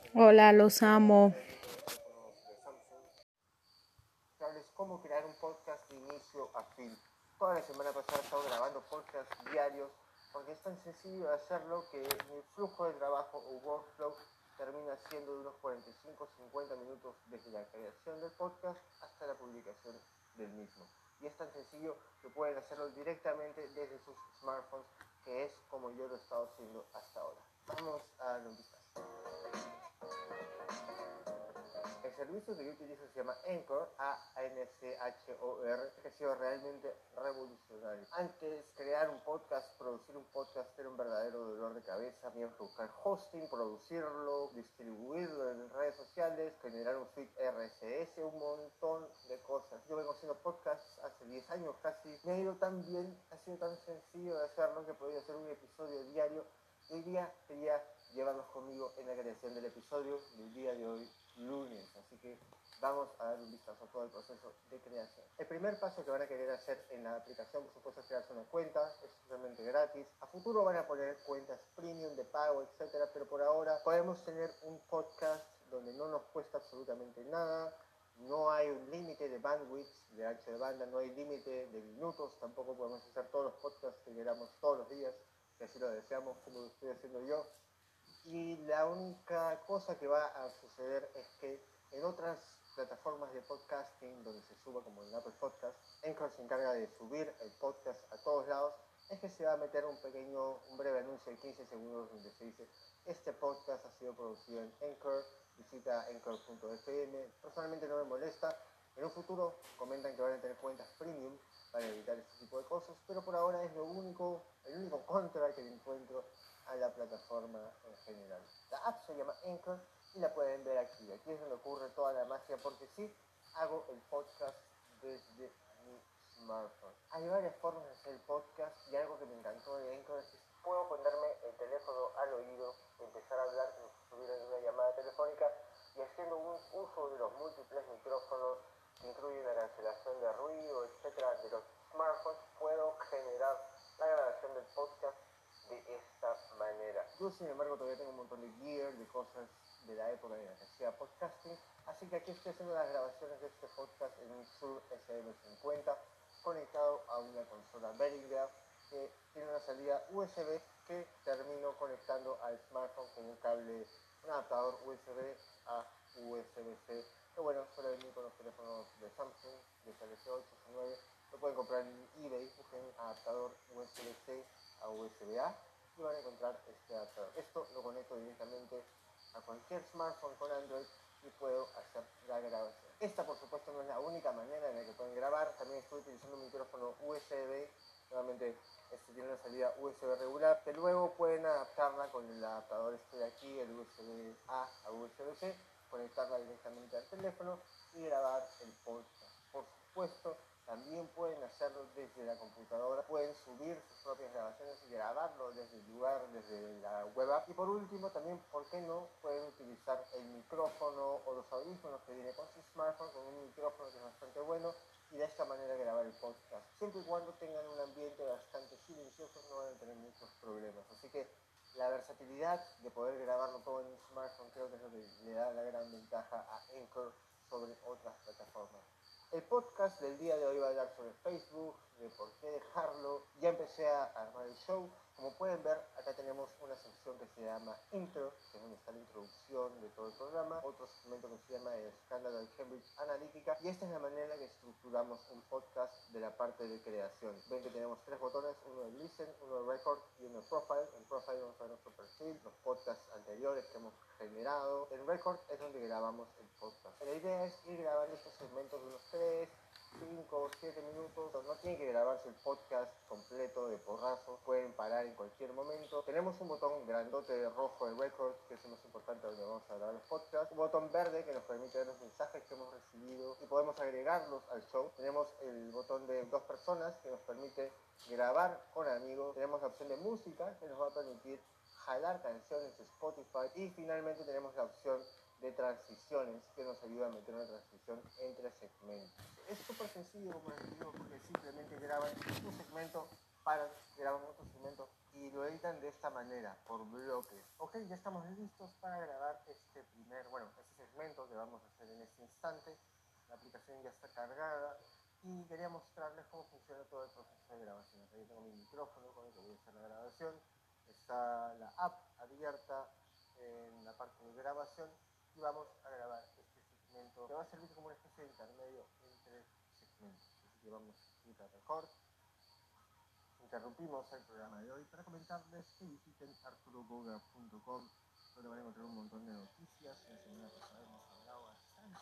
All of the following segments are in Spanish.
Hola, los amo. Cómo crear un podcast de inicio a fin. Toda la semana pasada he estado grabando podcasts diarios porque es tan sencillo de hacerlo que mi flujo de trabajo o workflow termina siendo de unos 45-50 minutos desde la creación del podcast hasta la publicación del mismo. Y es tan sencillo que pueden hacerlo directamente desde sus smartphones, que es como yo lo he estado haciendo hasta ahora. Vamos a darle un vistazo. El servicio que yo utilizo se llama Anchor, A-N-C-H-O-R, que ha sido realmente revolucionario. Antes, crear un podcast, producir un podcast era un verdadero dolor de cabeza. Teníamos que buscar hosting, producirlo, distribuirlo en redes sociales, generar un feed RSS, un montón de cosas. Yo vengo haciendo podcasts hace 10 años casi. Me ha ido tan bien, ha sido tan sencillo de hacerlo que podía hacer un episodio diario. Y hoy día quería llevarlos conmigo en la creación del episodio del día de hoy, lunes. Así que vamos a dar un vistazo a todo el proceso de creación. El primer paso que van a querer hacer en la aplicación, por supuesto, es crearse una cuenta. Es totalmente gratis. A futuro van a poner cuentas premium, de pago, etcétera. Pero por ahora podemos tener un podcast donde no nos cuesta absolutamente nada. No hay un límite de bandwidth, de ancho de banda, no hay límite de minutos. Tampoco podemos hacer todos los podcasts que queramos todos los días, que así lo deseamos, como lo estoy haciendo yo. Y la única cosa que va a suceder es que en otras plataformas de podcasting donde se suba, como en Apple Podcast, Anchor se encarga de subir el podcast a todos lados. Es que se va a meter un breve anuncio de 15 segundos donde se dice: este podcast ha sido producido en Anchor, visita anchor.fm. Personalmente no me molesta. En un futuro comentan que van a tener cuentas premium para evitar este tipo de cosas, pero por ahora es el único contra que le encuentro a la plataforma en general. La app se llama Anchor y la pueden ver aquí. Aquí es donde ocurre toda la magia, porque sí hago el podcast desde mi smartphone. Hay varias formas de hacer el podcast y algo que me encantó de Anchor es que puedo ponerme el teléfono al oído, empezar a hablar como si estuviera en una llamada telefónica, y haciendo un uso de los múltiples micrófonos que incluyen la cancelación de ruido, etcétera, de los smartphones, puedo generar la grabación del podcast de esta manera. Yo, sin embargo, todavía tengo un montón de gear, de cosas de la época en la que hacía podcasting, así que aquí estoy haciendo las grabaciones de este podcast en un Shure SM50 conectado a una consola Behringer que tiene una salida USB que termino conectando al smartphone con un cable, un adaptador USB a USB-C, que bueno, suele venir con los teléfonos de Samsung, de S8, S9, lo pueden comprar en eBay, busquen adaptador USB-C a USB-A y van a encontrar este adaptador. Esto lo conecto directamente a cualquier smartphone con Android y puedo hacer la grabación. Esta, por supuesto, no es la única manera en la que pueden grabar. También estoy utilizando un micrófono USB. Nuevamente, este tiene una salida USB regular, que luego pueden adaptarla con el adaptador este de aquí, el USB-A a USB-C, conectarla directamente al teléfono y grabar el podcast. Por supuesto, también pueden hacerlo desde la computadora, pueden subir sus propias grabaciones y grabarlo desde el lugar, desde la web app. Y por último, también, ¿por qué no? Pueden utilizar el micrófono o los audífonos que viene con su smartphone, con un micrófono que es bastante bueno, y de esta manera grabar el podcast. Siempre y cuando tengan un ambiente bastante silencioso, no van a tener muchos problemas. Así que la versatilidad de poder grabarlo todo en un smartphone creo que es lo que le da la gran ventaja a Anchor sobre otras plataformas. El podcast del día de hoy va a hablar sobre Facebook, de por qué dejarlo. Ya empecé a armar el show. Como pueden ver, acá tenemos una sección que se llama Intro, que es donde está la introducción de todo el programa. Otro segmento que se llama El escándalo de Cambridge Analytica. Y esta es la manera en la que estructuramos un podcast de la parte de creación. Ven que tenemos tres botones, uno de Listen, uno de Record y uno de Profile. En Profile vamos a ver nuestro perfil, los podcasts anteriores que hemos generado. En Record es donde grabamos el podcast. La idea es ir grabando estos segmentos de unos 3, 5, 7 minutos. No tienen que grabarse el podcast completo de porrazo, pueden parar en cualquier momento. Tenemos un botón grandote rojo de Record, que es el más importante donde vamos a grabar los podcasts. Un botón verde que nos permite ver los mensajes que hemos recibido y podemos agregarlos al show. Tenemos el botón de 2 personas que nos permite grabar con amigos. Tenemos la opción de música que nos va a permitir jalar canciones de Spotify. Y finalmente tenemos la opción de transiciones que nos ayuda a meter una transición entre segmentos. Es súper sencillo, como les digo, porque simplemente graban un segmento, paran, graban otro segmento y lo editan de esta manera, por bloques. Ok, ya estamos listos para grabar este instante. La aplicación ya está cargada y quería mostrarles cómo funciona todo el proceso de grabación. Acá yo tengo mi micrófono con el que voy a hacer la grabación. Está la app abierta en la parte de grabación y vamos a grabar este segmento que va a servir como una especie de intermedio entre segmentos. Así que vamos a ir a record. Interrumpimos el programa de hoy para comentarles que visiten arturoboga.com, donde van a encontrar un montón de noticias. La semana pasada hemos hablado bastante.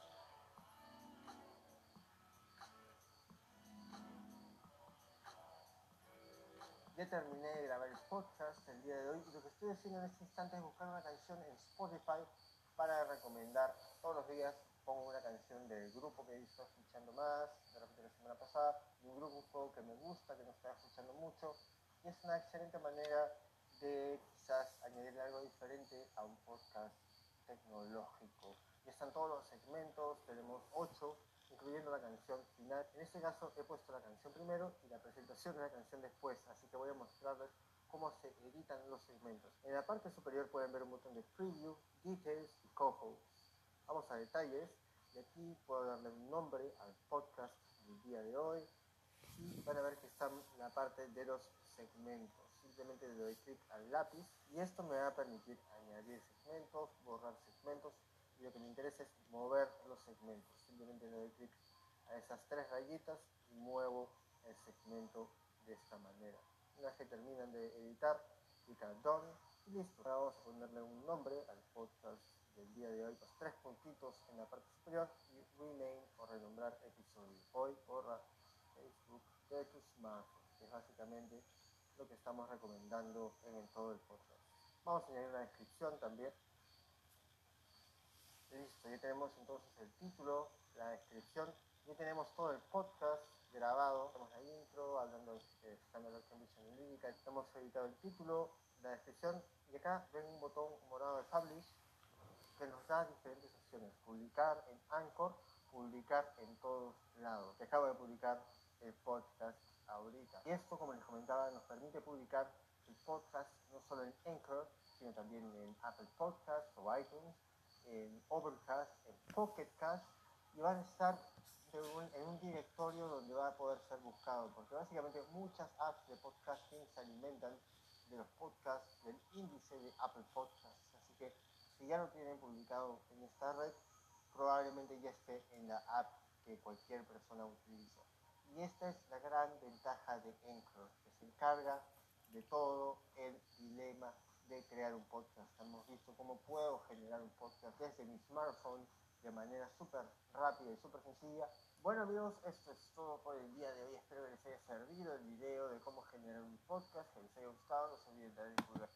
Ya terminé de grabar el podcast el día de hoy y lo que estoy haciendo en este instante es buscar una canción en Spotify para recomendar. Todos los días pongo una canción del grupo que he estado escuchando más, de repente la semana pasada, de un grupo que me gusta, que no estaba escuchando mucho, y es una excelente manera de quizás añadirle algo diferente a un podcast tecnológico. Y están todos los segmentos, tenemos 8, incluyendo la canción final. En este caso he puesto la canción primero y la presentación de la canción después, así que voy a mostrarles cómo se editan los segmentos. En la parte superior pueden ver un botón de Preview, Details y Co-Host. Vamos a detalles y aquí puedo darle un nombre al podcast del día de hoy y van a ver que está la parte de los segmentos. Simplemente le doy clic al lápiz y esto me va a permitir añadir segmentos, borrar segmentos y lo que me interesa es mover los segmentos. Simplemente le doy clic a esas 3 rayitas y muevo el segmento de esta manera. Una vez que terminan de editar, clic a Done y listo. Ahora vamos a ponerle un nombre al podcast del día de hoy, los 3 puntitos en la parte superior y rename o renombrar episodio. Hoy borra Facebook de tu smartphone, que es básicamente lo que estamos recomendando en todo el podcast. Vamos a añadir una descripción también. Listo, ya tenemos entonces el título, la descripción, ya tenemos todo el podcast grabado, tenemos la intro, hablando de Standard Condition y lírica, hemos editado el título, la descripción, y acá ven un botón morado de Publish que nos da diferentes opciones, publicar en Anchor, publicar en todos lados. Acabo de publicar el podcast ahorita. Y esto, como les comentaba, nos permite publicar el podcast no solo en Anchor, sino también en Apple Podcasts o iTunes, en Overcast, en Pocket Cast, y van a estar en un directorio donde va a poder ser buscado, porque básicamente muchas apps de podcasting se alimentan de los podcasts del índice de Apple Podcasts, así que si ya lo tienen publicado en esta red, probablemente ya esté en la app que cualquier persona utiliza. Y esta es la gran ventaja de Anchor, que se encarga de todo el dilema de crear un podcast. Hemos visto cómo puedo generar un podcast desde mi smartphone de manera súper rápida y súper sencilla. Bueno amigos, esto es todo por el día de hoy. Espero que les haya servido el video de cómo generar un podcast, que les haya gustado. No se olviden de darle